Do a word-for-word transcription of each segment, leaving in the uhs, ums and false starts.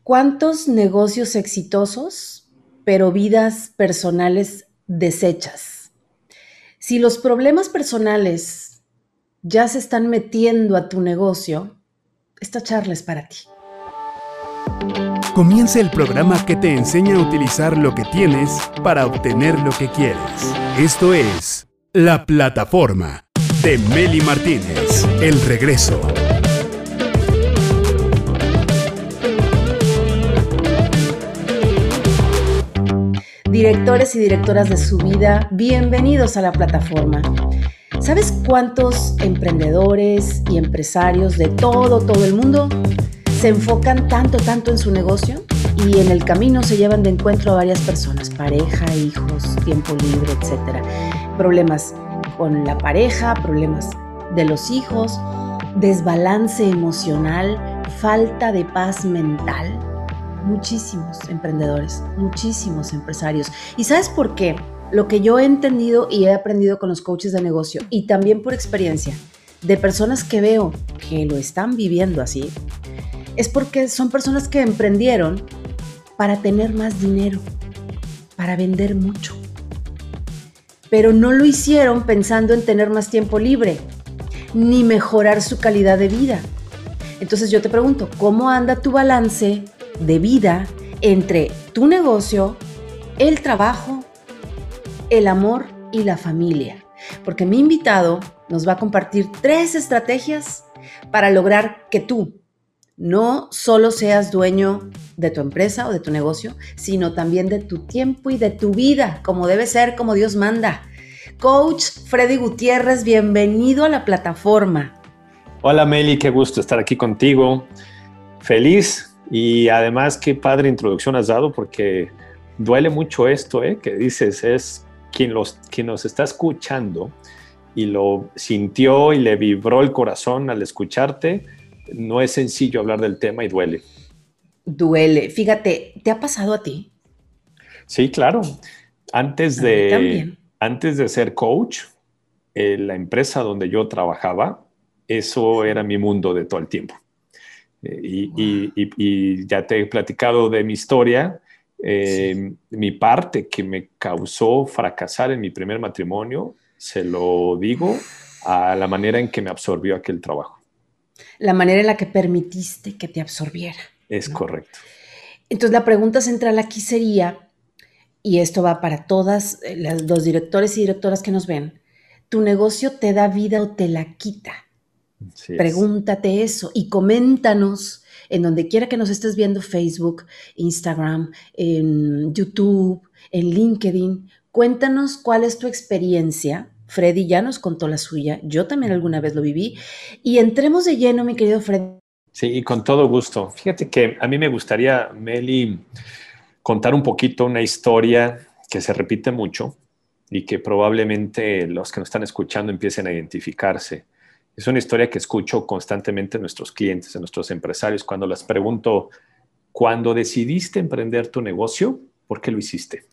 ¿Cuántos negocios exitosos, pero vidas personales deshechas? Si los problemas personales ya se están metiendo a tu negocio, esta charla es para ti. Comienza el programa que te enseña a utilizar lo que tienes para obtener lo que quieres. Esto es La Plataforma de Meli Martínez. El regreso. Directores y directoras de su vida, bienvenidos a La Plataforma. ¿Sabes cuántos emprendedores y empresarios de todo, todo el mundo se enfocan tanto, tanto en su negocio y en el camino se llevan de encuentro a varias personas, pareja, hijos, tiempo libre, etcétera? Problemas con la pareja, problemas de los hijos, desbalance emocional, falta de paz mental. Muchísimos emprendedores, muchísimos empresarios. ¿Y sabes por qué? Lo que yo he entendido y he aprendido con los coaches de negocio y también por experiencia de personas que veo que lo están viviendo así, es porque son personas que emprendieron para tener más dinero, para vender mucho. Pero no lo hicieron pensando en tener más tiempo libre, ni mejorar su calidad de vida. Entonces yo te pregunto, ¿cómo anda tu balance de vida entre tu negocio, el trabajo, el amor y la familia? Porque mi invitado nos va a compartir tres estrategias para lograr que tú no solo seas dueño de tu empresa o de tu negocio, sino también de tu tiempo y de tu vida, como debe ser, como Dios manda. Coach Freddy Gutiérrez, bienvenido a La Plataforma. Hola Meli, qué gusto estar aquí contigo. Feliz. Y además, qué padre introducción has dado, porque duele mucho esto, ¿eh? Que dices, es quien, los, quien nos está escuchando y lo sintió y le vibró el corazón al escucharte. No es sencillo hablar del tema y duele. Duele. Fíjate, ¿te ha pasado a ti? Sí, claro. Antes A mí de, también. antes de ser coach, eh, la empresa donde yo trabajaba, eso era mi mundo de todo el tiempo. Y, Wow. y, y, y ya te he platicado de mi historia. Eh, Sí. Mi parte que me causó fracasar en mi primer matrimonio, se lo digo a la manera en que me absorbió aquel trabajo. La manera en la que permitiste que te absorbiera, Es ¿no? correcto. Entonces la pregunta central aquí sería, y esto va para todas eh, las, los directores y directoras que nos ven, ¿tu negocio te da vida o te la quita? Así es. Pregúntate eso y coméntanos en donde quiera que nos estés viendo, Facebook, Instagram, en YouTube, en LinkedIn. Cuéntanos cuál es tu experiencia. Freddy ya nos contó la suya, yo también alguna vez lo viví. Y entremos de lleno, mi querido Freddy. Sí, y con todo gusto. Fíjate que a mí me gustaría, Meli, contar un poquito una historia que se repite mucho y que probablemente los que nos están escuchando empiecen a identificarse. Es una historia que escucho constantemente en nuestros clientes, en nuestros empresarios, cuando les pregunto, cuando decidiste emprender tu negocio, ¿por qué lo hiciste?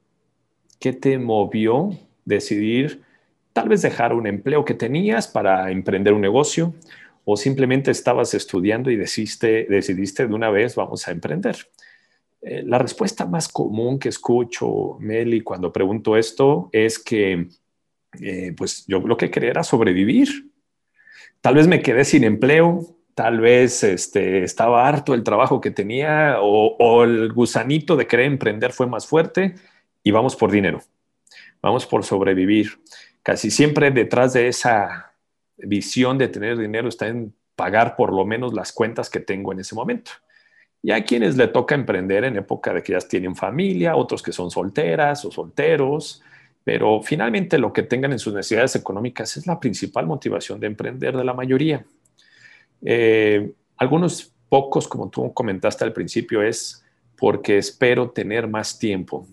¿Qué te movió decidir tal vez dejar un empleo que tenías para emprender un negocio? ¿O simplemente estabas estudiando y decidiste, decidiste de una vez, vamos a emprender? Eh, la respuesta más común que escucho, Meli, cuando pregunto esto es que eh, pues yo lo que quería era sobrevivir. Tal vez me quedé sin empleo, tal vez este, estaba harto del trabajo que tenía o, o el gusanito de querer emprender fue más fuerte y vamos por dinero, vamos por sobrevivir. Casi siempre detrás de esa visión de tener dinero está en pagar por lo menos las cuentas que tengo en ese momento. Y hay quienes le toca emprender en época de que ya tienen familia, otros que son solteras o solteros, pero finalmente lo que tengan en sus necesidades económicas es la principal motivación de emprender de la mayoría. Eh, algunos pocos, como tú comentaste al principio, es porque espero tener más tiempo.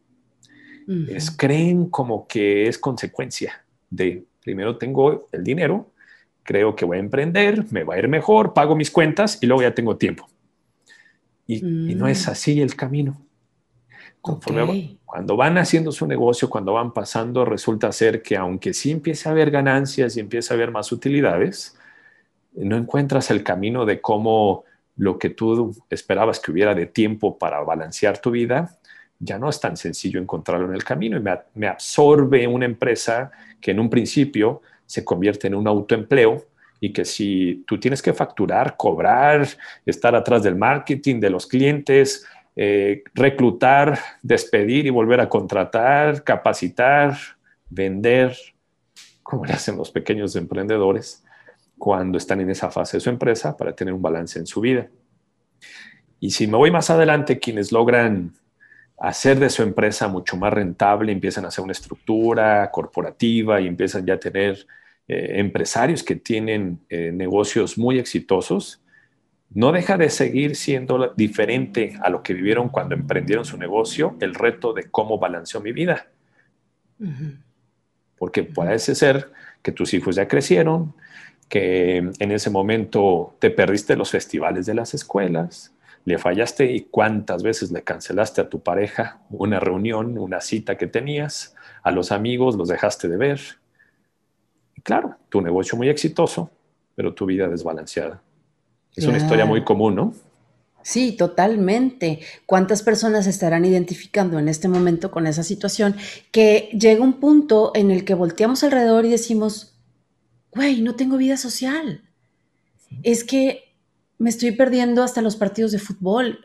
Es, Uh-huh. creen como que es consecuencia de, primero tengo el dinero, creo que voy a emprender, me va a ir mejor, pago mis cuentas y luego ya tengo tiempo. Y, y no es Mm, así el camino. ok. Conforme va, cuando van haciendo su negocio, cuando van pasando, resulta ser que aunque sí empieza a haber ganancias y empieza a haber más utilidades, no encuentras el camino de cómo lo que tú esperabas que hubiera de tiempo para balancear tu vida, ya no es tan sencillo encontrarlo en el camino y me, me absorbe una empresa que en un principio se convierte en un autoempleo y que si tú tienes que facturar, cobrar, estar atrás del marketing, de los clientes, eh, reclutar, despedir y volver a contratar, capacitar, vender, como le hacen los pequeños emprendedores cuando están en esa fase de su empresa para tener un balance en su vida. Y si me voy más adelante, quienes logran hacer de su empresa mucho más rentable, empiezan a hacer una estructura corporativa y empiezan ya a tener eh, empresarios que tienen eh, negocios muy exitosos, no deja de seguir siendo diferente a lo que vivieron cuando emprendieron su negocio, el reto de cómo balanceó mi vida. Uh-huh. Porque uh-huh. parece ser que tus hijos ya crecieron, que en ese momento te perdiste los festivales de las escuelas, le fallaste y cuántas veces le cancelaste a tu pareja una reunión, una cita que tenías, a los amigos los dejaste de ver. Y claro, tu negocio muy exitoso, pero tu vida desbalanceada. Es claro. Una historia muy común, ¿no? Sí, totalmente. ¿Cuántas personas se estarán identificando en este momento con esa situación que llega un punto en el que volteamos alrededor y decimos, güey, no tengo vida social? Es que me estoy perdiendo hasta los partidos de fútbol.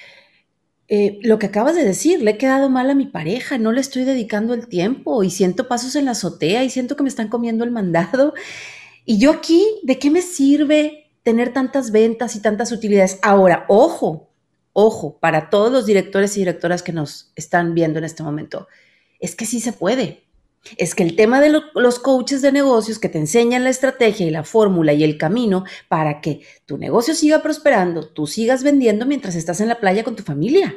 Eh, lo que acabas de decir, le he quedado mal a mi pareja, no le estoy dedicando el tiempo y siento pasos en la azotea y siento que me están comiendo el mandado. Y yo aquí, ¿de qué me sirve tener tantas ventas y tantas utilidades? Ahora, ojo, ojo, para todos los directores y directoras que nos están viendo en este momento, es que sí se puede. Es que el tema de lo, los coaches de negocios que te enseñan la estrategia y la fórmula y el camino para que tu negocio siga prosperando, tú sigas vendiendo mientras estás en la playa con tu familia,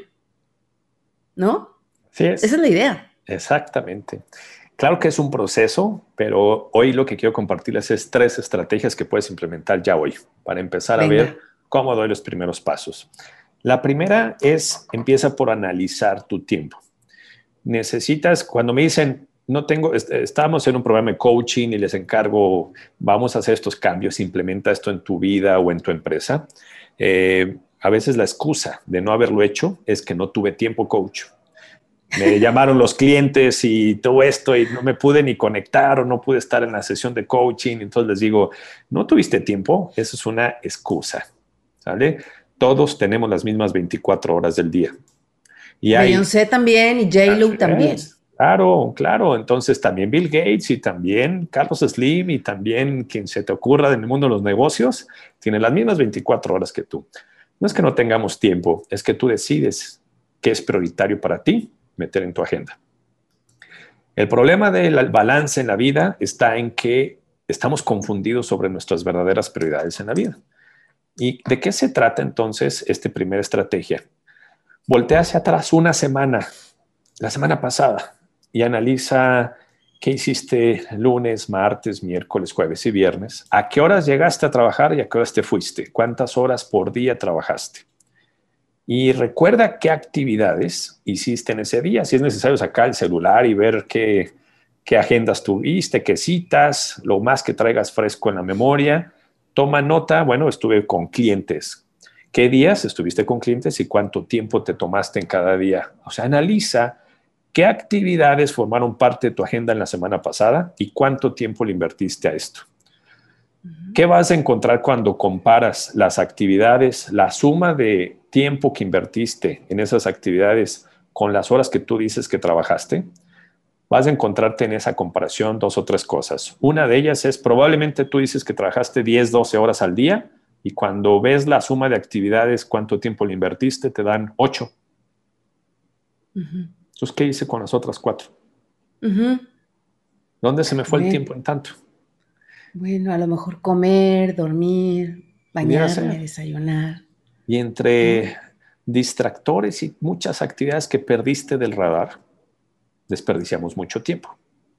¿no? Sí es. Esa es la idea. Exactamente. Claro que es un proceso, pero hoy lo que quiero compartirles es tres estrategias que puedes implementar ya hoy para empezar Venga. a ver cómo doy los primeros pasos. La primera es, empieza por analizar tu tiempo. Necesitas, cuando me dicen, no tengo, estamos en un programa de coaching y les encargo, vamos a hacer estos cambios, implementa esto en tu vida o en tu empresa. Eh, a veces la excusa de no haberlo hecho es que no tuve tiempo, coach. Me llamaron los clientes y todo esto y no me pude ni conectar o no pude estar en la sesión de coaching. Entonces les digo, no tuviste tiempo, eso es una excusa, ¿sale? Todos tenemos las mismas veinticuatro horas del día. Y hay, Beyoncé también y J-Lo también. Es. Claro, claro. Entonces también Bill Gates y también Carlos Slim y también quien se te ocurra en el mundo de los negocios tiene las mismas veinticuatro horas que tú. No es que no tengamos tiempo, es que tú decides qué es prioritario para ti meter en tu agenda. El problema del balance en la vida está en que estamos confundidos sobre nuestras verdaderas prioridades en la vida. ¿Y de qué se trata entonces esta primera estrategia? Voltea hacia atrás una semana, la semana pasada, y analiza qué hiciste lunes, martes, miércoles, jueves y viernes. ¿A qué horas llegaste a trabajar y a qué horas te fuiste? ¿Cuántas horas por día trabajaste? Y recuerda qué actividades hiciste en ese día. Si es necesario sacar el celular y ver qué, qué agendas tuviste, qué citas, lo más que traigas fresco en la memoria. Toma nota, bueno, estuve con clientes. ¿Qué días estuviste con clientes y cuánto tiempo te tomaste en cada día? O sea, analiza qué actividades formaron parte de tu agenda en la semana pasada y cuánto tiempo le invertiste a esto. Uh-huh. ¿Qué vas a encontrar cuando comparas las actividades, la suma de tiempo que invertiste en esas actividades con las horas que tú dices que trabajaste? Vas a encontrarte en esa comparación dos o tres cosas. Una de ellas es probablemente tú dices que trabajaste diez, doce horas al día y cuando ves la suma de actividades, cuánto tiempo le invertiste, te dan ocho. Uh-huh. Entonces, ¿qué hice con las otras cuatro? Uh-huh. ¿Dónde se me fue bueno. el tiempo en tanto? Bueno, a lo mejor comer, dormir, bañarme, desayunar. Y entre uh-huh. distractores y muchas actividades que perdiste del radar, desperdiciamos mucho tiempo.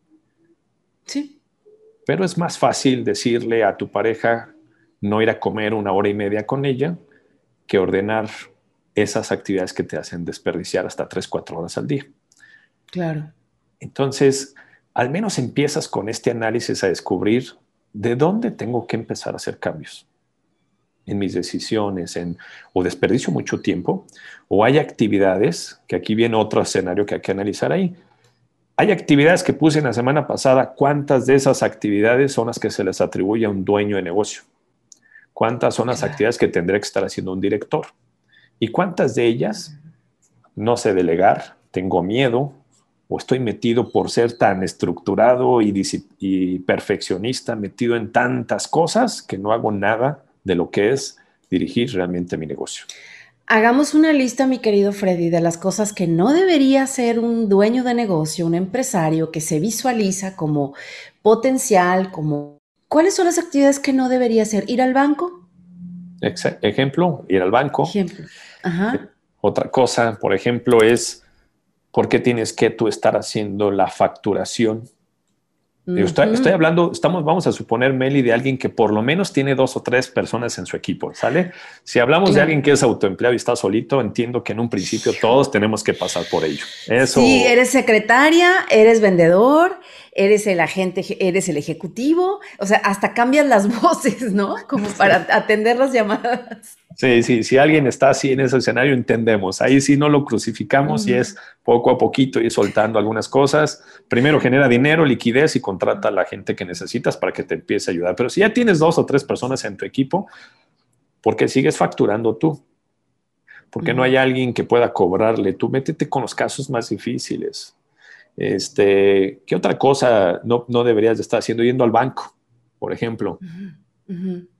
Sí. Pero es más fácil decirle a tu pareja no ir a comer una hora y media con ella que ordenar esas actividades que te hacen desperdiciar hasta tres, cuatro horas al día. Claro. Entonces, al menos empiezas con este análisis a descubrir de dónde tengo que empezar a hacer cambios. en mis decisiones, en, o desperdicio mucho tiempo, o hay actividades, que aquí viene otro escenario que hay que analizar ahí. Hay actividades que puse en la semana pasada, ¿cuántas de esas actividades son las que se les atribuye a un dueño de negocio? ¿Cuántas son las actividades que tendría que estar haciendo un director? ¿Y cuántas de ellas no sé delegar, tengo miedo, o estoy metido por ser tan estructurado y, y perfeccionista, metido en tantas cosas que no hago nada de lo que es dirigir realmente mi negocio? Hagamos una lista, mi querido Freddy, de las cosas que no debería ser un dueño de negocio, un empresario que se visualiza como potencial, como... ¿Cuáles son las actividades que no debería hacer? ¿Ir al banco? Ex- ejemplo, ir al banco. Ejemplo. Ajá. Otra cosa, por ejemplo, es ¿por qué tienes que tú estar haciendo la facturación? Uh-huh. Estoy, estoy hablando, estamos, vamos a suponer, Meli, de alguien que por lo menos tiene dos o tres personas en su equipo, ¿sale? Si hablamos claro. de alguien que es autoempleado y está solito, entiendo que en un principio todos tenemos que pasar por ello. Eso... Sí, eres secretaria, eres vendedor, eres el agente, eres el ejecutivo, o sea, hasta cambias las voces, ¿no? Como para atender las llamadas. Sí, sí, si alguien está así en ese escenario, entendemos. Ahí sí no lo crucificamos uh-huh. y es poco a poquito ir soltando algunas cosas. Primero genera dinero, liquidez y contrata a la gente que necesitas para que te empiece a ayudar. Pero si ya tienes dos o tres personas en tu equipo, ¿por qué sigues facturando tú? ¿Por qué uh-huh. no hay alguien que pueda cobrarle? Tú métete con los casos más difíciles. Este, ¿qué otra cosa no, no deberías de estar haciendo? Yendo al banco, por ejemplo. Uh-huh. Uh-huh.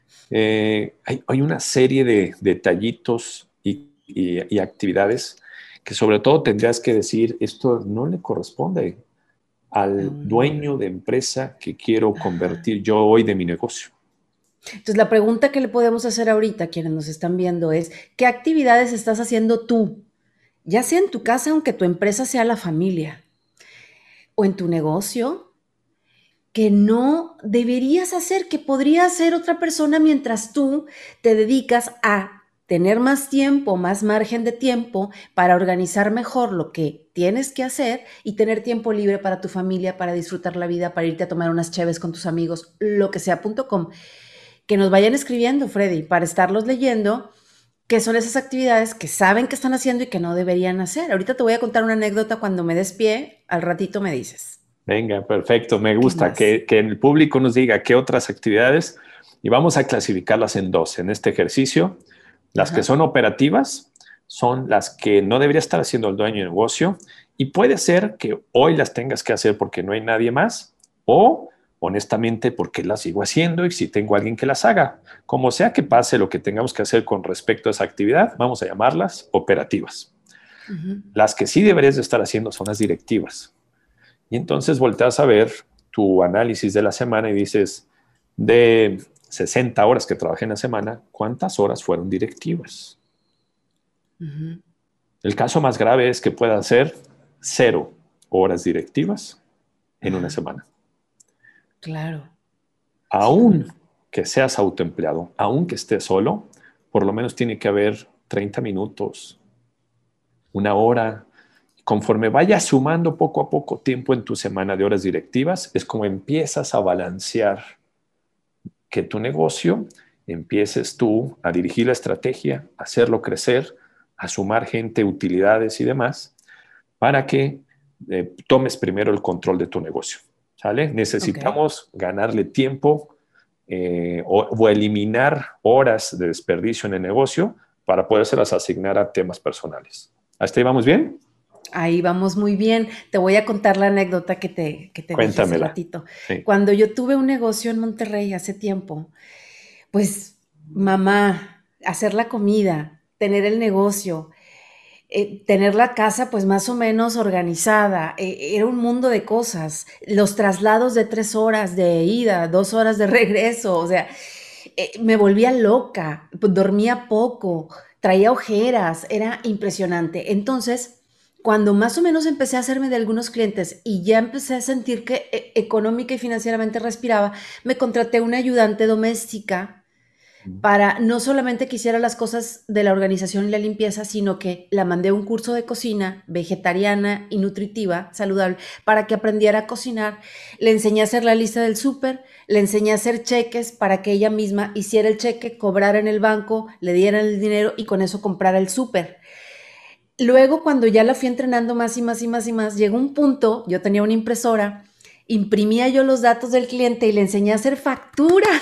Eh, hay, hay una serie de detallitos y, y, y actividades que sobre todo tendrías que decir, esto no le corresponde al dueño de empresa que quiero convertir yo hoy de mi negocio. Entonces la pregunta que le podemos hacer ahorita a quienes nos están viendo es, ¿qué actividades estás haciendo tú? Ya sea en tu casa, aunque tu empresa sea la familia, o en tu negocio, que no deberías hacer, que podría hacer otra persona mientras tú te dedicas a tener más tiempo, más margen de tiempo para organizar mejor lo que tienes que hacer y tener tiempo libre para tu familia, para disfrutar la vida, para irte a tomar unas cheves con tus amigos, lo que sea punto com. Que nos vayan escribiendo, Freddy, para estarlos leyendo, qué son esas actividades que saben que están haciendo y que no deberían hacer. Ahorita te voy a contar una anécdota cuando me des pie, al ratito me dices. Venga, perfecto. Me gusta que, que el público nos diga qué otras actividades y vamos a clasificarlas en dos. En este ejercicio, las Ajá. que son operativas son las que no debería estar haciendo el dueño de negocio y puede ser que hoy las tengas que hacer porque no hay nadie más o, honestamente, porque las sigo haciendo y si tengo alguien que las haga. Como sea que pase lo que tengamos que hacer con respecto a esa actividad, vamos a llamarlas operativas. Uh-huh. Las que sí deberías de estar haciendo son las directivas. Y entonces volteas a ver tu análisis de la semana y dices, de sesenta horas que trabajé en la semana, ¿cuántas horas fueron directivas? Uh-huh. El caso más grave es que puedan ser cero horas directivas en uh-huh. una semana. Claro. Aún que seas autoempleado, aún que estés solo, por lo menos tiene que haber treinta minutos, una hora. Conforme vayas sumando poco a poco tiempo en tu semana de horas directivas, es como empiezas a balancear que tu negocio, empieces tú a dirigir la estrategia, a hacerlo crecer, a sumar gente, utilidades y demás, para que eh, tomes primero el control de tu negocio. ¿Sale? Necesitamos okay. ganarle tiempo eh, o, o eliminar horas de desperdicio en el negocio para podérselas asignar a temas personales. ¿Hasta ahí vamos bien? Ahí vamos muy bien. Te voy a contar la anécdota que te, que te dije hace ratito. Sí. Cuando yo tuve un negocio en Monterrey hace tiempo, pues mamá, hacer la comida, tener el negocio, eh, tener la casa pues más o menos organizada, eh, era un mundo de cosas. Los traslados de tres horas de ida, dos horas de regreso, o sea, eh, me volvía loca, dormía poco, traía ojeras, era impresionante. Entonces, cuando más o menos empecé a hacerme de algunos clientes y ya empecé a sentir que eh, económica y financieramente respiraba, me contraté una ayudante doméstica para no solamente que hiciera las cosas de la organización y la limpieza, sino que la mandé a un curso de cocina vegetariana y nutritiva, saludable, para que aprendiera a cocinar. Le enseñé a hacer la lista del súper, le enseñé a hacer cheques para que ella misma hiciera el cheque, cobrara en el banco, le dieran el dinero y con eso comprara el súper. Luego, cuando ya la fui entrenando más y más y más y más, llegó un punto, yo tenía una impresora, imprimía yo los datos del cliente y le enseñé a hacer facturas.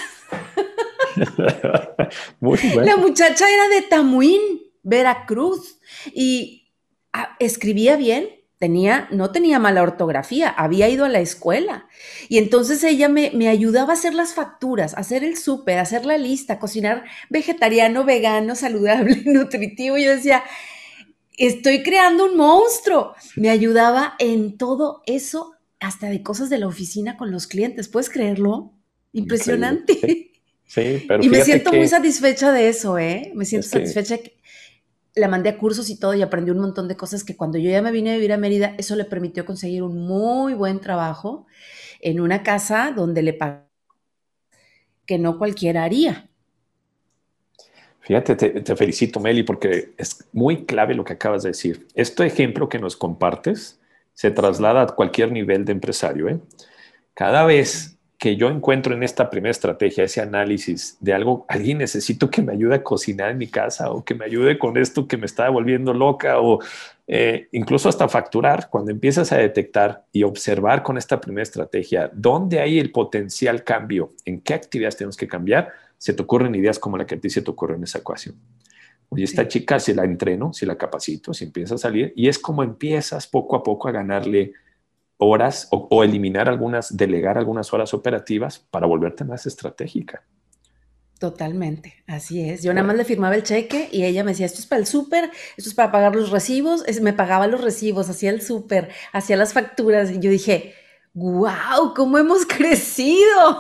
Muy bueno. La muchacha era de Tamuín, Veracruz, y ah, escribía bien, tenía, no tenía mala ortografía, había ido a la escuela. Y entonces ella me, me ayudaba a hacer las facturas, a hacer el súper, a hacer la lista, cocinar vegetariano, vegano, saludable, nutritivo. Y yo decía, estoy creando un monstruo. Me ayudaba en todo eso, hasta de cosas de la oficina con los clientes. ¿Puedes creerlo? Impresionante. Sí, sí, pero y me fíjate siento que muy satisfecha de eso, ¿eh? Me siento es que, satisfecha que la mandé a cursos y todo y aprendí un montón de cosas que cuando yo ya me vine a vivir a Mérida, eso le permitió conseguir un muy buen trabajo en una casa donde le pagaba que no cualquiera haría. fíjate, te, te felicito, Meli, porque es muy clave lo que acabas de decir. Este ejemplo que nos compartes se traslada a cualquier nivel de empresario, ¿eh? Cada vez que yo encuentro en esta primera estrategia ese análisis de algo, alguien necesito que me ayude a cocinar en mi casa o que me ayude con esto que me está volviendo loca o eh, incluso hasta facturar, cuando empiezas a detectar y observar con esta primera estrategia dónde hay el potencial cambio, en qué actividades tenemos que cambiar, se te ocurren ideas como la que a ti se te ocurre en esa ecuación. Oye, esta sí. chica, si la entreno, si la capacito, si empieza a salir, y es como empiezas poco a poco a ganarle horas o, o eliminar algunas, delegar algunas horas operativas para volverte más estratégica. Totalmente, así es. Yo bueno. nada más le firmaba el cheque y ella me decía, esto es para el súper, esto es para pagar los recibos, es, me pagaba los recibos, hacía el súper, hacía las facturas y yo dije, ¡wow! ¿Cómo hemos crecido?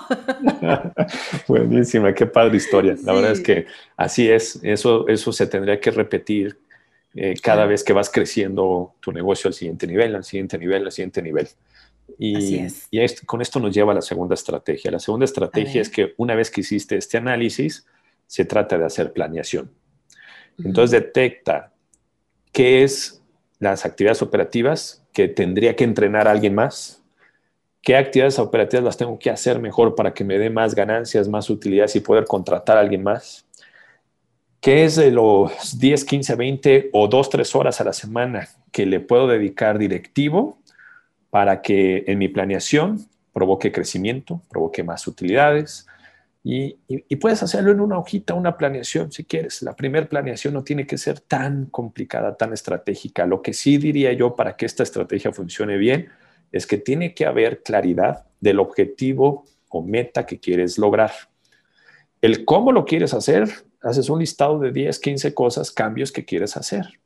Buenísima, qué padre historia. La sí. verdad es que así es, eso, eso se tendría que repetir eh, cada claro. vez que vas creciendo tu negocio al siguiente nivel, al siguiente nivel, al siguiente nivel. Y, así es. y esto, con esto nos lleva a la segunda estrategia. La segunda estrategia es que una vez que hiciste este análisis, se trata de hacer planeación. Uh-huh. Entonces detecta qué es las actividades operativas que tendría que entrenar a alguien más, qué actividades operativas las tengo que hacer mejor para que me dé más ganancias, más utilidades y poder contratar a alguien más. ¿Qué es de los diez, quince, veinte o dos, tres horas a la semana que le puedo dedicar directivo para que en mi planeación provoque crecimiento, provoque más utilidades? Y, y, y puedes hacerlo en una hojita, una planeación, si quieres. La primera planeación no tiene que ser tan complicada, tan estratégica. Lo que sí diría yo para que esta estrategia funcione bien es que tiene que haber claridad del objetivo o meta que quieres lograr. El cómo lo quieres hacer, haces un listado de diez, quince cosas, cambios que quieres hacer.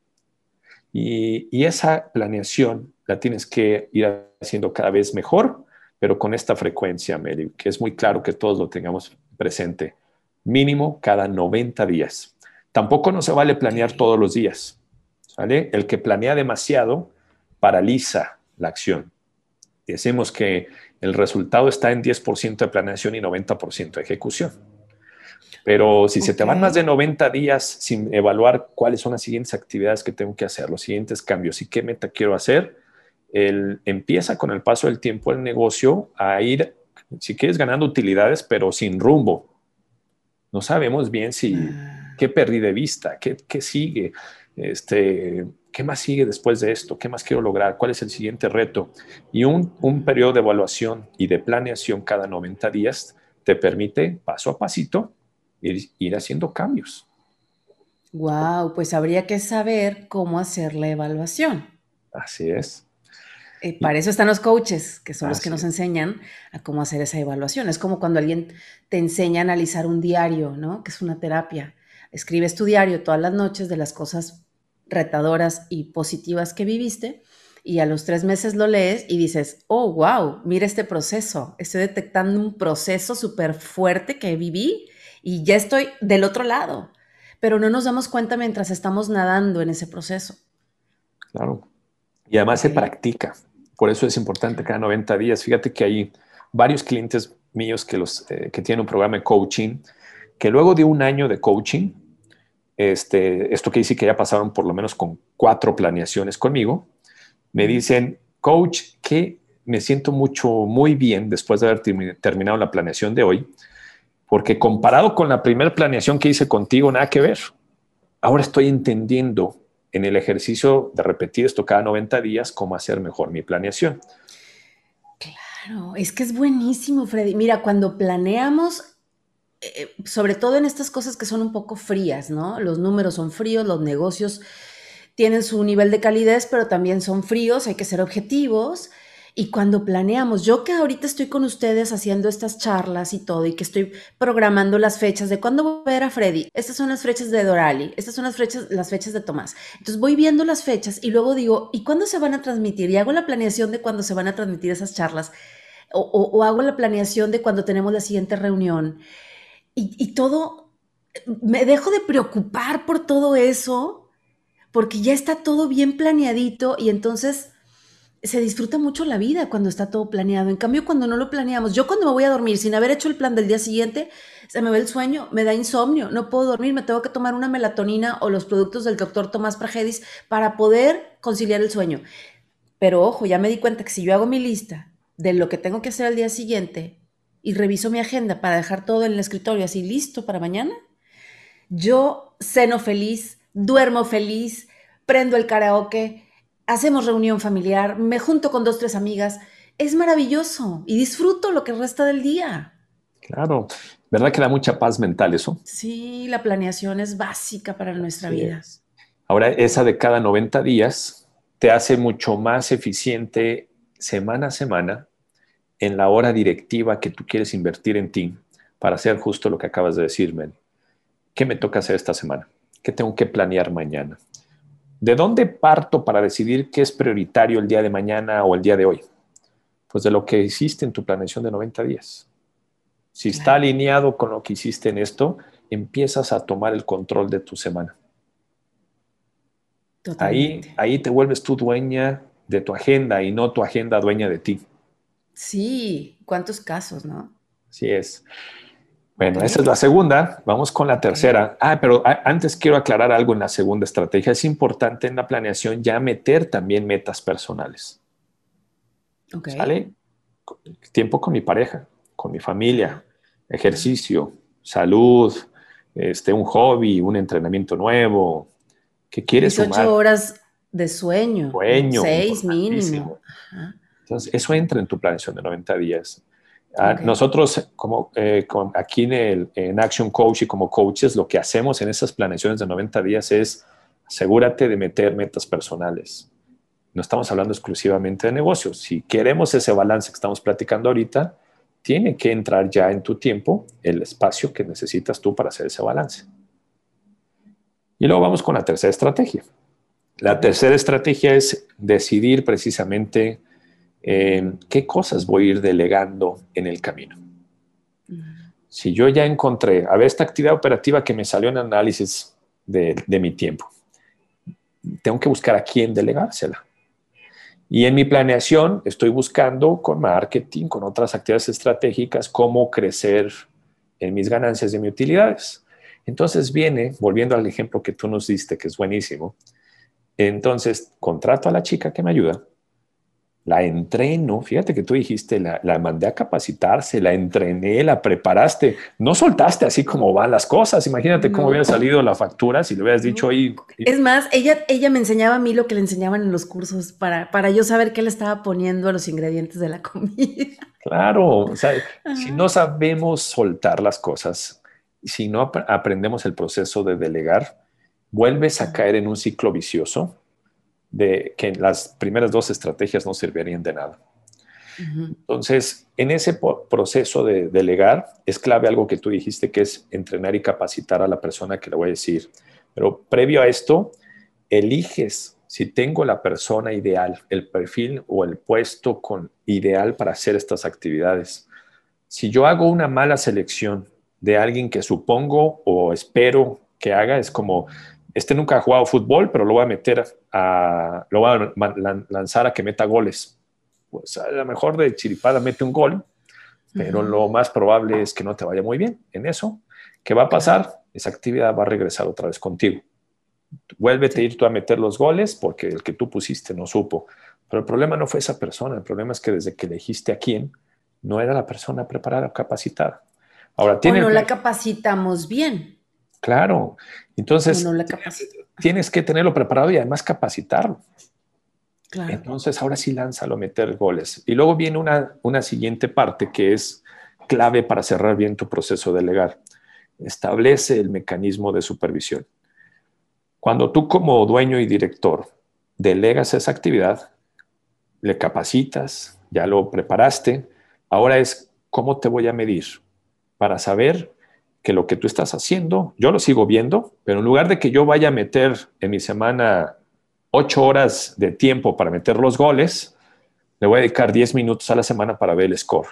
Y, y esa planeación la tienes que ir haciendo cada vez mejor, pero con esta frecuencia, Meli, que es muy claro que todos lo tengamos presente. Mínimo cada noventa días. Tampoco no se vale planear todos los días, ¿vale? El que planea demasiado paraliza la acción. Decimos que el resultado está en diez por ciento de planeación y noventa por ciento de ejecución. Pero si okay. se te van más de noventa días sin evaluar cuáles son las siguientes actividades que tengo que hacer, los siguientes cambios y qué meta quiero hacer, el, empieza con el paso del tiempo el negocio a ir, si quieres, ganando utilidades, pero sin rumbo. No sabemos bien si, ah. qué perdí de vista, qué, qué sigue, este... ¿qué más sigue después de esto? ¿Qué más quiero lograr? ¿Cuál es el siguiente reto? Y un, un periodo de evaluación y de planeación cada noventa días te permite, paso a pasito, ir, ir haciendo cambios. Wow, pues habría que saber cómo hacer la evaluación. Así es. Eh, para eso están los coaches, que son Así los que nos es. enseñan a cómo hacer esa evaluación. Es como cuando alguien te enseña a analizar un diario, ¿no? Que es una terapia. Escribes tu diario todas las noches de las cosas retadoras y positivas que viviste y a los tres meses lo lees y dices, oh, wow, mira este proceso, estoy detectando un proceso súper fuerte que viví y ya estoy del otro lado, pero no nos damos cuenta mientras estamos nadando en ese proceso. Claro, y además okay. se practica, por eso es importante cada noventa días. Fíjate que hay varios clientes míos que, los, eh, que tienen un programa de coaching que luego de un año de coaching, este, esto que dice que ya pasaron por lo menos con cuatro planeaciones conmigo, me dicen, coach, que me siento mucho, muy bien después de haber termi- terminado la planeación de hoy, porque comparado con la primera planeación que hice contigo, nada que ver. Ahora estoy entendiendo en el ejercicio de repetir esto cada noventa días cómo hacer mejor mi planeación. Claro, es que es buenísimo, Freddy. Mira, cuando planeamos, eh, sobre todo en estas cosas que son un poco frías, ¿no? Los números son fríos, los negocios tienen su nivel de calidez, pero también son fríos, hay que ser objetivos. Y cuando planeamos, yo que ahorita estoy con ustedes haciendo estas charlas y todo, y que estoy programando las fechas de cuándo voy a ver a Freddy, estas son las fechas de Dorali, estas son las fechas, las fechas de Tomás. Entonces voy viendo las fechas y luego digo, ¿y cuándo se van a transmitir? Y hago la planeación de cuándo se van a transmitir esas charlas, o, o, o hago la planeación de cuando tenemos la siguiente reunión. Y, y todo, me dejo de preocupar por todo eso, porque ya está todo bien planeadito y entonces se disfruta mucho la vida cuando está todo planeado. En cambio, cuando no lo planeamos, yo cuando me voy a dormir sin haber hecho el plan del día siguiente, se me va el sueño, me da insomnio, no puedo dormir, me tengo que tomar una melatonina o los productos del doctor Tomás Pragedis para poder conciliar el sueño. Pero ojo, ya me di cuenta que si yo hago mi lista de lo que tengo que hacer al día siguiente y reviso mi agenda para dejar todo en el escritorio así listo para mañana, yo ceno feliz, duermo feliz, prendo el karaoke, hacemos reunión familiar, me junto con dos, tres amigas. Es maravilloso y disfruto lo que resta del día. Claro, ¿verdad que da mucha paz mental eso? Sí, la planeación es básica para nuestra Sí. vida. Ahora, esa de cada noventa días te hace mucho más eficiente semana a semana en la hora directiva que tú quieres invertir en ti para hacer justo lo que acabas de decirme. ¿Qué me toca hacer esta semana? ¿Qué tengo que planear mañana? ¿De dónde parto para decidir qué es prioritario el día de mañana o el día de hoy? Pues de lo que hiciste en tu planeación de noventa días. Si está Claro. alineado con lo que hiciste en esto, empiezas a tomar el control de tu semana. Ahí, Totalmente. ahí te vuelves tú dueña de tu agenda y no tu agenda dueña de ti. Sí, ¿cuántos casos, no? Así es. Bueno, Ok, esa es la segunda. Vamos con la ok. tercera. Ah, pero a- antes quiero aclarar algo en la segunda estrategia. Es importante en la planeación ya meter también metas personales. Ok. ¿Sale? Tiempo con mi pareja, con mi familia, Ajá, ajá. ejercicio, salud, este, un hobby, un entrenamiento nuevo. ¿Qué quieres Mis ocho sumar? horas de sueño, ¿no? Sueño, Seis mínimo. importantísimo. Ajá. Entonces, eso entra en tu planeación de noventa días. Ah, Ok. nosotros, como eh, con- aquí en, el, en Action Coach y como coaches, lo que hacemos en esas planeaciones de noventa días es asegúrate de meter metas personales. No estamos hablando exclusivamente de negocios. Si queremos ese balance que estamos platicando ahorita, tiene que entrar ya en tu tiempo el espacio que necesitas tú para hacer ese balance. Y luego vamos con la tercera estrategia. La Ujú. tercera estrategia es decidir precisamente eh, qué cosas voy a ir delegando en el camino. Ujú. Si yo ya encontré, a ver, esta actividad operativa que me salió en análisis de, de mi tiempo, tengo que buscar a quién delegársela. Y en mi planeación estoy buscando con marketing, con otras actividades estratégicas, cómo crecer en mis ganancias y en mis utilidades. Entonces viene, volviendo al ejemplo que tú nos diste, que es buenísimo, entonces contrato a la chica que me ayuda, la entreno, fíjate que tú dijiste, la, la mandé a capacitarse, la entrené, la preparaste, no soltaste así como van las cosas, imagínate cómo hubiera No, salido la factura si le hubieras dicho, no. oye, Es más, ella, ella me enseñaba a mí lo que le enseñaban en los cursos para, para yo saber qué le estaba poniendo a los ingredientes de la comida. claro, o sea, si Ajá. no sabemos soltar las cosas, si no ap aprendemos el proceso de delegar, vuelves a caer en un ciclo vicioso de que las primeras dos estrategias no servirían de nada. Ujú. Entonces, en ese proceso de delegar, es clave algo que tú dijiste, que es entrenar y capacitar a la persona que le voy a decir. Pero previo a esto, eliges si tengo la persona ideal, el perfil o el puesto con ideal para hacer estas actividades. Si yo hago una mala selección de alguien que supongo o espero que haga, es como, este nunca ha jugado fútbol, pero lo voy a meter a, lo voy a lanzar a que meta goles. Pues a lo mejor de chiripada mete un gol, pero Ujú. lo más probable es que no te vaya muy bien en eso. ¿Qué va a pasar? Esa actividad va a regresar otra vez contigo. Vuélvete sí. a ir tú a meter los goles porque el que tú pusiste no supo. Pero el problema no fue esa persona. El problema es que desde que elegiste a quién, no era la persona preparada o capacitada. Ahora, o no la capacitamos bien. Claro. Entonces, no, no la tienes que tenerlo preparado y además capacitarlo. Claro. Entonces, ahora sí lánzalo a meter goles. Y luego viene una, una siguiente parte que es clave para cerrar bien tu proceso de delegar. Establece el mecanismo de supervisión. Cuando tú como dueño y director delegas esa actividad, le capacitas, ya lo preparaste, ahora es cómo te voy a medir para saber que lo que tú estás haciendo, yo lo sigo viendo, pero en lugar de que yo vaya a meter en mi semana ocho horas de tiempo para meter los goles, le voy a dedicar diez minutos a la semana para ver el score,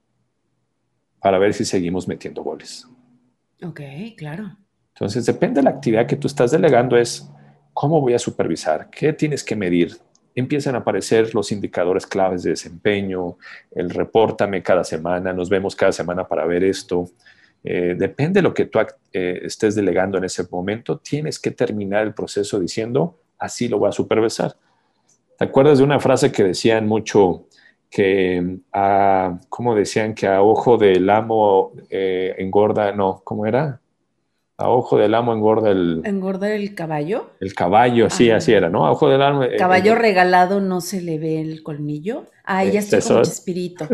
para ver si seguimos metiendo goles. Ok, claro. Entonces, depende de la actividad que tú estás delegando, es cómo voy a supervisar, qué tienes que medir. Empiezan a aparecer los indicadores claves de desempeño, el repórtame cada semana, nos vemos cada semana para ver esto. Eh, depende de lo que tú eh, estés delegando en ese momento, tienes que terminar el proceso diciendo, así lo voy a supervisar. ¿Te acuerdas de una frase que decían mucho, que, a, ¿cómo decían? Que a ojo del amo eh, engorda, no, ¿cómo era? A ojo del amo engorda el... ¿Engorda el caballo? El caballo, sí, ah, así era, ¿no? A ojo del amo... Caballo eh, regalado no se le ve el colmillo. Ah, ya estoy como Chespirito.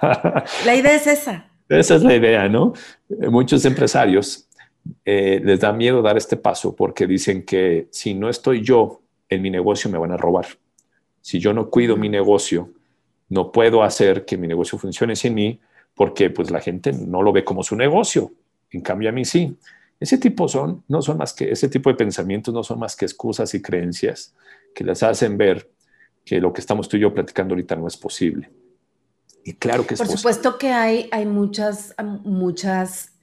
La idea es esa. Esa es la idea, ¿no? Muchos empresarios eh, les da miedo dar este paso porque dicen que si no estoy yo en mi negocio me van a robar. Si yo no cuido uh-huh. mi negocio, no puedo hacer que mi negocio funcione sin mí porque pues la gente no lo ve como su negocio. En cambio a mí sí. Ese tipo son, no son más que, ese tipo de pensamientos no son más que excusas y creencias que les hacen ver que lo que estamos tú y yo platicando ahorita no es posible. Y claro que es Por posible. supuesto que hay, hay muchas, muchas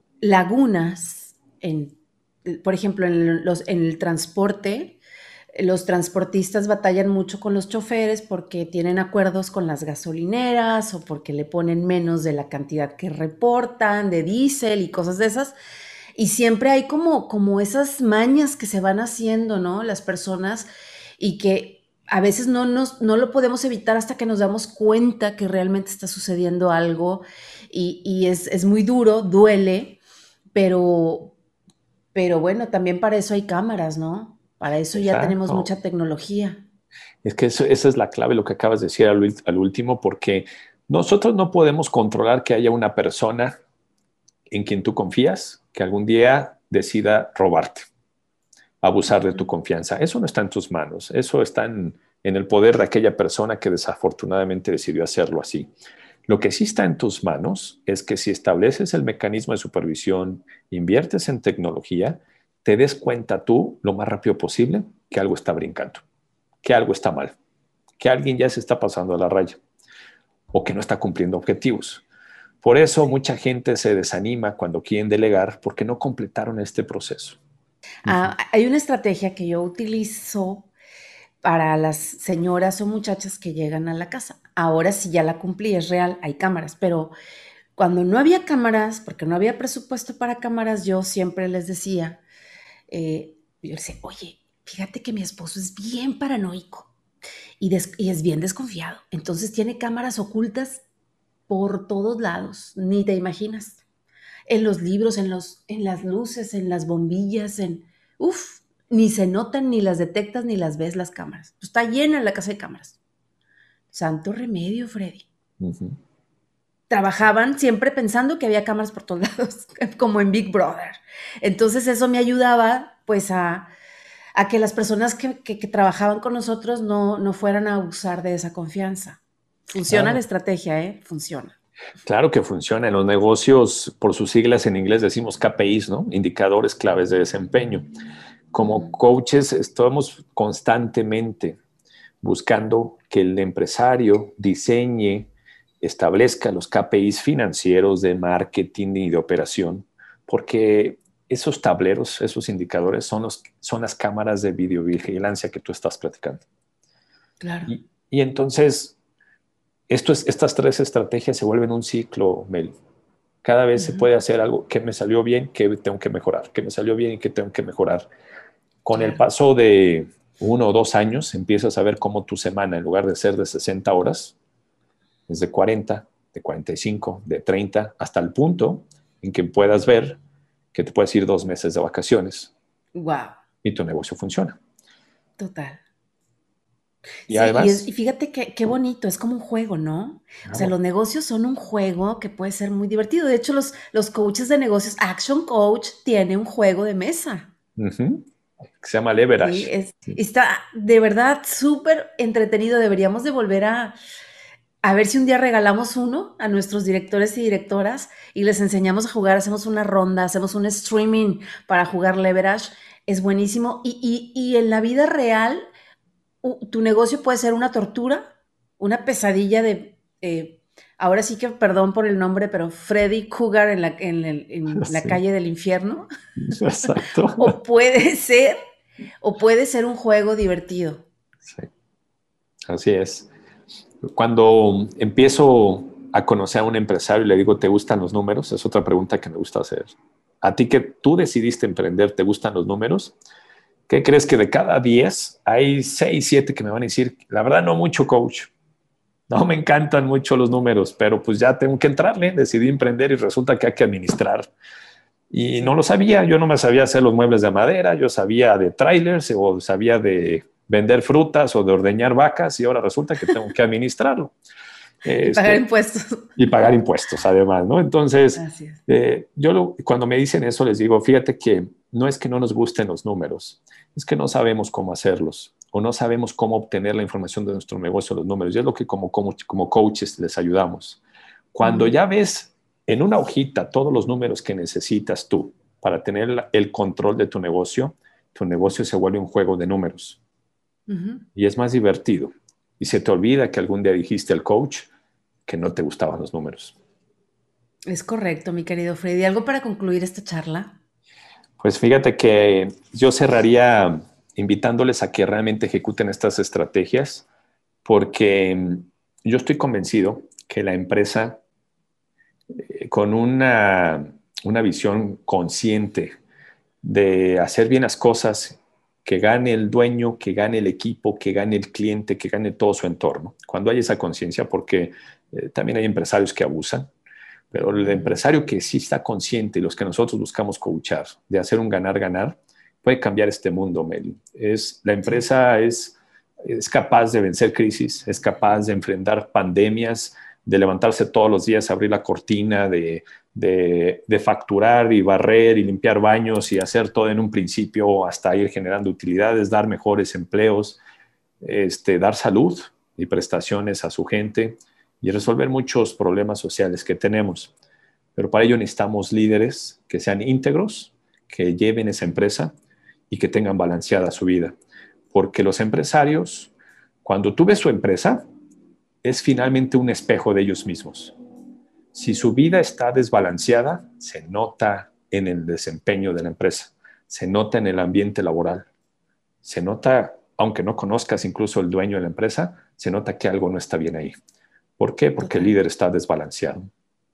lagunas, en, por ejemplo, en, los, en el transporte. Los transportistas batallan mucho con los choferes porque tienen acuerdos con las gasolineras o porque le ponen menos de la cantidad que reportan de diésel y cosas de esas. Y siempre hay como, como esas mañas que se van haciendo, ¿no? Las personas y que a veces no, nos, no lo podemos evitar hasta que nos damos cuenta que realmente está sucediendo algo y, y es, es muy duro, duele, pero, pero bueno, también para eso hay cámaras, ¿no? Para eso ya Exacto. tenemos mucha tecnología. Es que eso, esa es la clave, lo que acabas de decir al, al último, porque nosotros no podemos controlar que haya una persona en quien tú confías que algún día decida robarte, abusar de tu confianza. Eso no está en tus manos. Eso está en, en el poder de aquella persona que desafortunadamente decidió hacerlo así. Lo que sí está en tus manos es que si estableces el mecanismo de supervisión, inviertes en tecnología, te des cuenta tú lo más rápido posible que algo está brincando, que algo está mal, que alguien ya se está pasando a la raya o que no está cumpliendo objetivos. Por eso mucha gente se desanima cuando quieren delegar porque no completaron este proceso. Ah, uh-huh. Hay una estrategia que yo utilizo para las señoras o muchachas que llegan a la casa. Ahora sí ya la cumplí, es real, hay cámaras, pero cuando no había cámaras, porque no había presupuesto para cámaras, yo siempre les decía, eh, yo les decía, oye, fíjate que mi esposo es bien paranoico y, des- y es bien desconfiado, entonces tiene cámaras ocultas por todos lados, ni te imaginas. En los libros, en, los, en las luces, en las bombillas, en... Uf, ni se notan, ni las detectas, ni las ves las cámaras. Está llena la casa de cámaras. Santo remedio, Freddy. Uh-huh. Trabajaban siempre pensando que había cámaras por todos lados, como en Big Brother. Entonces eso me ayudaba pues a, a que las personas que, que, que trabajaban con nosotros no, no fueran a abusar de esa confianza. Funciona claro. La estrategia, ¿eh? Funciona. Claro que funciona. En los negocios, por sus siglas en inglés decimos K P Is, ¿no? Indicadores claves de desempeño. Como coaches estamos constantemente buscando que el empresario diseñe, establezca los K P Is financieros de marketing y de operación, porque esos tableros, esos indicadores son, los, son las cámaras de videovigilancia que tú estás platicando. Claro. Y, y entonces, esto es, estas tres estrategias se vuelven un ciclo, Mel. Cada vez se Ujú. puede hacer algo que me salió bien, que tengo que mejorar, que me salió bien y que tengo que mejorar. Con el Claro. paso de uno o dos años, empiezas a ver cómo tu semana, en lugar de ser de sesenta horas, es de cuarenta, de cuarenta y cinco, de treinta, hasta el punto en que puedas ver que te puedes ir dos meses de vacaciones Wow, y tu negocio funciona. total. Y Sí, y, es, y además, fíjate que, qué bonito, es como un juego, ¿no? O sea, claro, los negocios son un juego que puede ser muy divertido. De hecho, los, los coaches de negocios, Action Coach tiene un juego de mesa. uh-huh, que se llama Sí, leverage. es, está de verdad súper entretenido. Deberíamos de volver a, a ver si un día regalamos uno a nuestros directores y directoras y les enseñamos a jugar, hacemos una ronda, hacemos un streaming para jugar Leverage. Es buenísimo. Y, y, y en la vida real, u- tu negocio puede ser una tortura, una pesadilla de, eh, ahora sí que perdón por el nombre, pero Freddy Cougar en la, en el- en la Sí, calle del infierno, exacto. o puede ser, o puede ser un juego divertido. Sí, así es. Cuando empiezo a conocer a un empresario y le digo, ¿te gustan los números? Es otra pregunta que me gusta hacer. A ti que tú decidiste emprender, ¿te gustan los números? ¿Qué crees que de cada diez hay seis, siete que me van a decir, la verdad no mucho, coach? No me encantan mucho los números, pero pues ya tengo que entrarle, decidí emprender y resulta que hay que administrar. Y no Sí. lo sabía, yo no me sabía hacer los muebles de madera, yo sabía de trailers o sabía de vender frutas o de ordeñar vacas y ahora resulta que tengo que administrarlo. Y pagar Este, impuestos. y pagar impuestos además, ¿no? Entonces, Así es. eh, yo lo, cuando me dicen eso les digo, fíjate que no es que no nos gusten los números, es que no sabemos cómo hacerlos o no sabemos cómo obtener la información de nuestro negocio, los números. Y es lo que como, como, como coaches les ayudamos. Cuando Ujú, ya ves en una hojita todos los números que necesitas tú para tener el control de tu negocio, tu negocio se vuelve un juego de números ujú. y es más divertido. Y se te olvida que algún día dijiste al coach que no te gustaban los números. Es correcto, mi querido Freddy. ¿Algo para concluir esta charla? Pues fíjate que yo cerraría invitándoles a que realmente ejecuten estas estrategias porque mm, yo estoy convencido que la empresa eh, con una, una visión consciente de hacer bien las cosas, que gane el dueño, que gane el equipo, que gane el cliente, que gane todo su entorno. Cuando hay esa conciencia, porque eh, también hay empresarios que abusan, pero el Ujú. empresario que sí está consciente y los que nosotros buscamos coachar, de hacer un ganar-ganar, puede cambiar este mundo, Meli. Es, la Sí. empresa es, es capaz de vencer crisis, es capaz de enfrentar pandemias, de levantarse todos los días, abrir la cortina, de, de, de facturar y barrer y limpiar baños y hacer todo en un principio hasta ir generando utilidades, dar mejores empleos, este, dar salud y prestaciones a su gente y resolver muchos problemas sociales que tenemos. Pero para ello necesitamos líderes que sean íntegros, que lleven esa empresa y que tengan balanceada su vida. Porque los empresarios, cuando tú ves su empresa, es finalmente un espejo de ellos mismos. Si su vida está desbalanceada, se nota en el desempeño de la empresa, se nota en el ambiente laboral, se nota, aunque no conozcas incluso el dueño de la empresa, se nota que algo no está bien ahí. ¿Por qué? Porque el Total. líder está desbalanceado.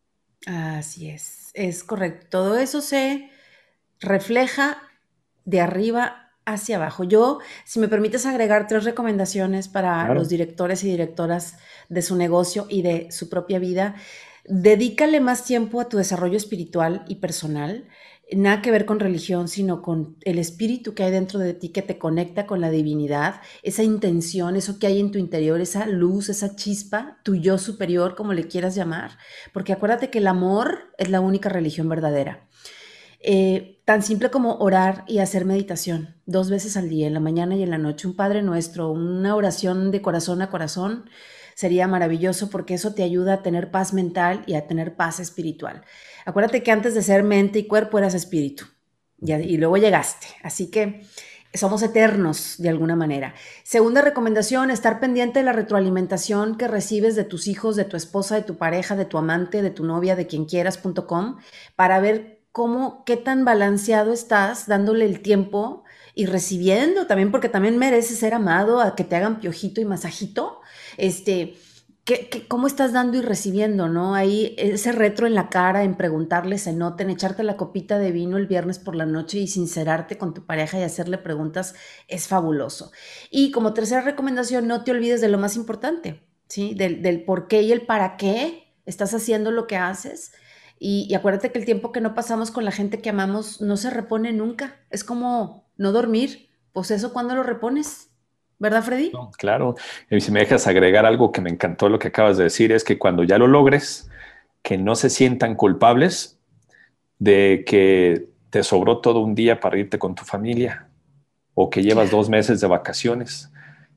Así es. Es correcto. Todo eso se refleja de arriba hacia abajo. Yo, si me permites agregar tres recomendaciones para los Claro. directores y directoras de su negocio y de su propia vida, dedícale más tiempo a tu desarrollo espiritual y personal. Nada que ver con religión, sino con el espíritu que hay dentro de ti que te conecta con la divinidad, esa intención, eso que hay en tu interior, esa luz, esa chispa, tu yo superior, como le quieras llamar, porque acuérdate que el amor es la única religión verdadera. Eh, tan simple como orar y hacer meditación dos veces al día, en la mañana y en la noche, un Padre Nuestro, una oración de corazón a corazón, sería maravilloso porque eso te ayuda a tener paz mental y a tener paz espiritual. Acuérdate que antes de ser mente y cuerpo eras espíritu y, y luego llegaste, así que somos eternos de alguna manera. Segunda recomendación, estar pendiente de la retroalimentación que recibes de tus hijos, de tu esposa, de tu pareja, de tu amante, de tu novia, de quien quieras punto com, para ver cómo, qué tan balanceado estás dándole el tiempo y recibiendo también, porque también mereces ser amado, a que te hagan piojito y masajito. Este, ¿Qué, qué, ¿Cómo estás dando y recibiendo, no? Ahí ese retro en la cara, en preguntarle, se nota, en echarte la copita de vino el viernes por la noche y sincerarte con tu pareja y hacerle preguntas es fabuloso. Y como tercera recomendación, no te olvides de lo más importante, ¿sí? Del, del por qué y el para qué estás haciendo lo que haces. Y, y acuérdate que el tiempo que no pasamos con la gente que amamos no se repone nunca. Es como no dormir. Pues eso, ¿cuándo lo repones? ¿Verdad, Freddy? No, claro. Y si me dejas agregar algo que me encantó lo que acabas de decir, es que cuando ya lo logres, que no se sientan culpables de que te sobró todo un día para irte con tu familia o que llevas dos meses de vacaciones.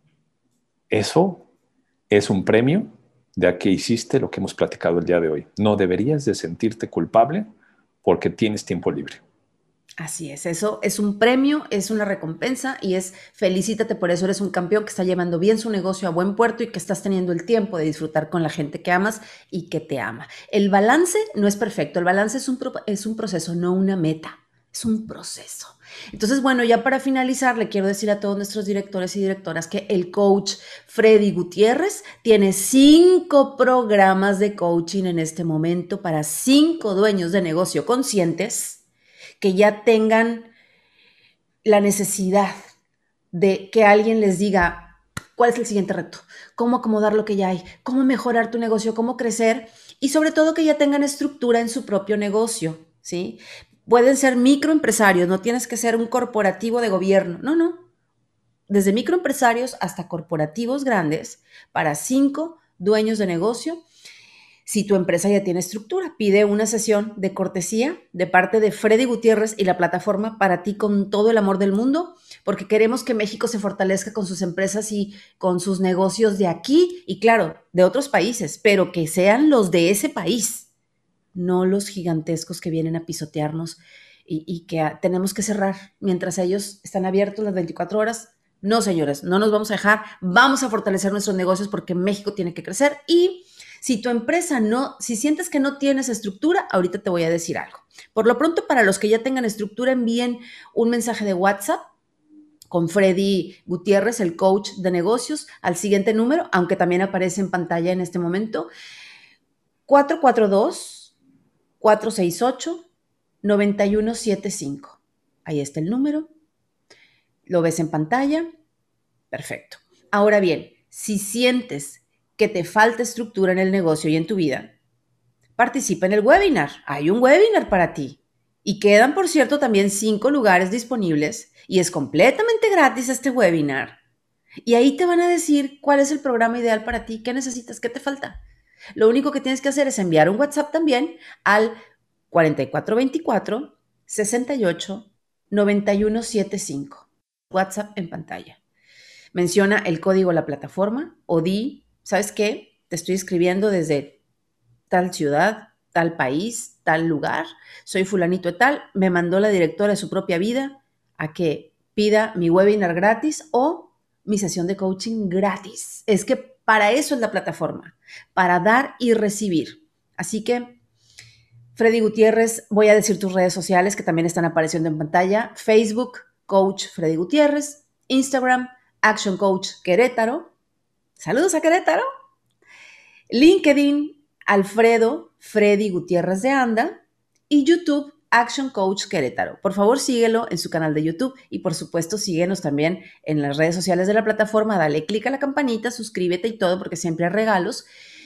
Eso es un premio de a que hiciste lo que hemos platicado el día de hoy. No deberías de sentirte culpable porque tienes tiempo libre. Así es, eso es un premio, es una recompensa y es felicítate por eso, eres un campeón que está llevando bien su negocio a buen puerto y que estás teniendo el tiempo de disfrutar con la gente que amas y que te ama. El balance no es perfecto, el balance es un, pro, es un proceso, no una meta, es un proceso. Entonces, bueno, ya para finalizar, le quiero decir a todos nuestros directores y directoras que el coach Freddy Gutiérrez tiene cinco programas de coaching en este momento para cinco dueños de negocio conscientes que ya tengan la necesidad de que alguien les diga cuál es el siguiente reto, cómo acomodar lo que ya hay, cómo mejorar tu negocio, cómo crecer y sobre todo que ya tengan estructura en su propio negocio, ¿sí? Pueden ser microempresarios, no tienes que ser un corporativo de gobierno, no, no. Desde microempresarios hasta corporativos grandes para cinco dueños de negocio. Si tu empresa ya tiene estructura, pide una sesión de cortesía de parte de Freddy Gutiérrez y la plataforma para ti con todo el amor del mundo, porque queremos que México se fortalezca con sus empresas y con sus negocios de aquí y, claro, de otros países, pero que sean los de ese país, no los gigantescos que vienen a pisotearnos y, y que a, tenemos que cerrar mientras ellos están abiertos las veinticuatro horas. No, señores, no nos vamos a dejar, vamos a fortalecer nuestros negocios porque México tiene que crecer y si tu empresa no, si sientes que no tienes estructura, ahorita te voy a decir algo. Por lo pronto, para los que ya tengan estructura, envíen un mensaje de WhatsApp con Freddy Gutiérrez, el coach de negocios, al siguiente número, aunque también aparece en pantalla en este momento, cuatro cuatro dos, cuatro seis ocho, nueve uno siete cinco. Ahí está el número. ¿Lo ves en pantalla? Perfecto. Ahora bien, si sientes que te falta estructura en el negocio y en tu vida, participa en el webinar. Hay un webinar para ti. Y quedan, por cierto, también cinco lugares disponibles y es completamente gratis este webinar. Y ahí te van a decir cuál es el programa ideal para ti, qué necesitas, qué te falta. Lo único que tienes que hacer es enviar un WhatsApp también al cuatro cuatro dos cuatro, seis ocho, nueve uno siete cinco. WhatsApp en pantalla. Menciona el código la plataforma o di, ¿sabes qué? Te estoy escribiendo desde tal ciudad, tal país, tal lugar. Soy fulanito de tal. Me mandó la directora de su propia vida a que pida mi webinar gratis o mi sesión de coaching gratis. Es que para eso es la plataforma, para dar y recibir. Así que, Freddy Gutiérrez, voy a decir tus redes sociales que también están apareciendo en pantalla. Facebook, Coach Freddy Gutiérrez. Instagram, Action Coach Querétaro. Saludos a Querétaro. LinkedIn, Alfredo Freddy Gutiérrez de Anda. Y YouTube, Action Coach Querétaro. Por favor, síguelo en su canal de YouTube y, por supuesto, síguenos también en las redes sociales de la plataforma. Dale click a la campanita, suscríbete y todo, porque siempre hay regalos.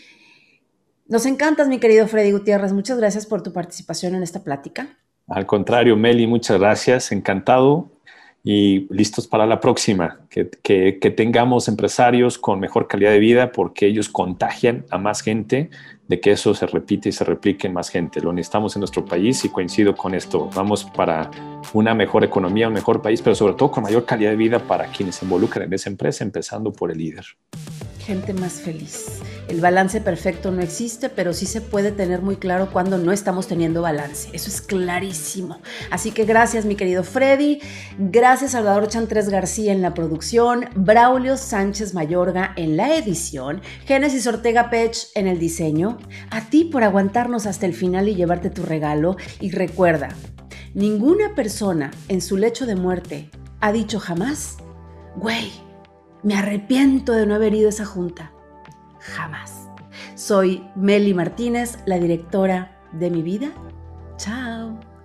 Nos encantas, mi querido Freddy Gutiérrez. Muchas gracias por tu participación en esta plática. Al contrario, Meli, muchas gracias. Encantado. Y listos para la próxima, que, que, que tengamos empresarios con mejor calidad de vida porque ellos contagian a más gente, de que eso se repite y se replique en más gente. Lo necesitamos en nuestro país y coincido con esto. Vamos para una mejor economía, un mejor país, pero sobre todo con mayor calidad de vida para quienes se involucran en esa empresa, empezando por el líder. Gente más feliz. El balance perfecto no existe, pero sí se puede tener muy claro cuando no estamos teniendo balance. Eso es clarísimo. Así que gracias, mi querido Freddy. Gracias, Salvador Chantres García en la producción, Braulio Sánchez Mayorga en la edición, Génesis Ortega Pech en el diseño. A ti por aguantarnos hasta el final y llevarte tu regalo. Y recuerda, ninguna persona en su lecho de muerte ha dicho jamás, güey, me arrepiento de no haber ido a esa junta. Jamás. Soy Meli Martínez, la directora de mi vida. Chao.